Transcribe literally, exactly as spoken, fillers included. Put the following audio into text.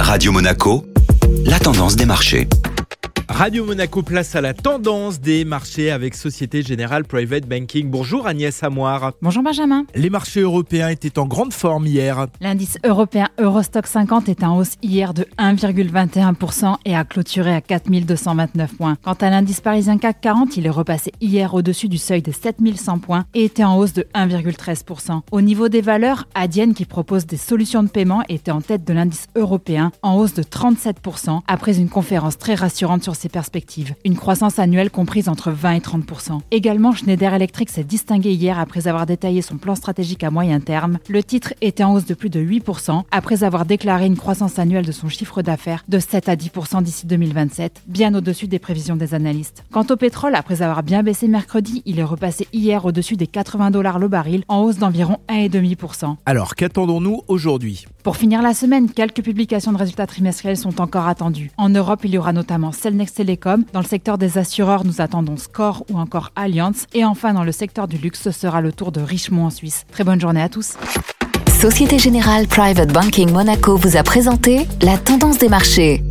Radio Monaco, la tendance des marchés. Radio Monaco, place à la tendance des marchés avec Société Générale Private Banking. Bonjour Agnès Amoir. Bonjour Benjamin. Les marchés européens étaient en grande forme hier. L'indice européen Eurostock cinquante est en hausse hier de un virgule vingt et un pour cent et a clôturé à quatre mille deux cent vingt-neuf points. Quant à l'indice parisien C A C quarante, il est repassé hier au-dessus du seuil des sept mille cent points et était en hausse de un virgule treize pour cent. Au niveau des valeurs, Adyen, qui propose des solutions de paiement, était en tête de l'indice européen en hausse de trente-sept pour cent après une conférence très rassurante sur ses perspectives. Une croissance annuelle comprise entre vingt et trente pour cent. Également, Schneider Electric s'est distingué hier après avoir détaillé son plan stratégique à moyen terme. Le titre était en hausse de plus de huit pour cent après avoir déclaré une croissance annuelle de son chiffre d'affaires de sept à dix pour cent d'ici deux mille vingt-sept, bien au-dessus des prévisions des analystes. Quant au pétrole, après avoir bien baissé mercredi, il est repassé hier au-dessus des quatre-vingts dollars le baril, en hausse d'environ un virgule cinq pour cent. Alors, qu'attendons-nous aujourd'hui ? Pour finir la semaine, quelques publications de résultats trimestriels sont encore attendues. En Europe, il y aura notamment Cellnex Telecom. Dans le secteur des assureurs, nous attendons Score ou encore Allianz. Et enfin, dans le secteur du luxe, ce sera le tour de Richemont en Suisse. Très bonne journée à tous. Société Générale Private Banking Monaco vous a présenté la tendance des marchés.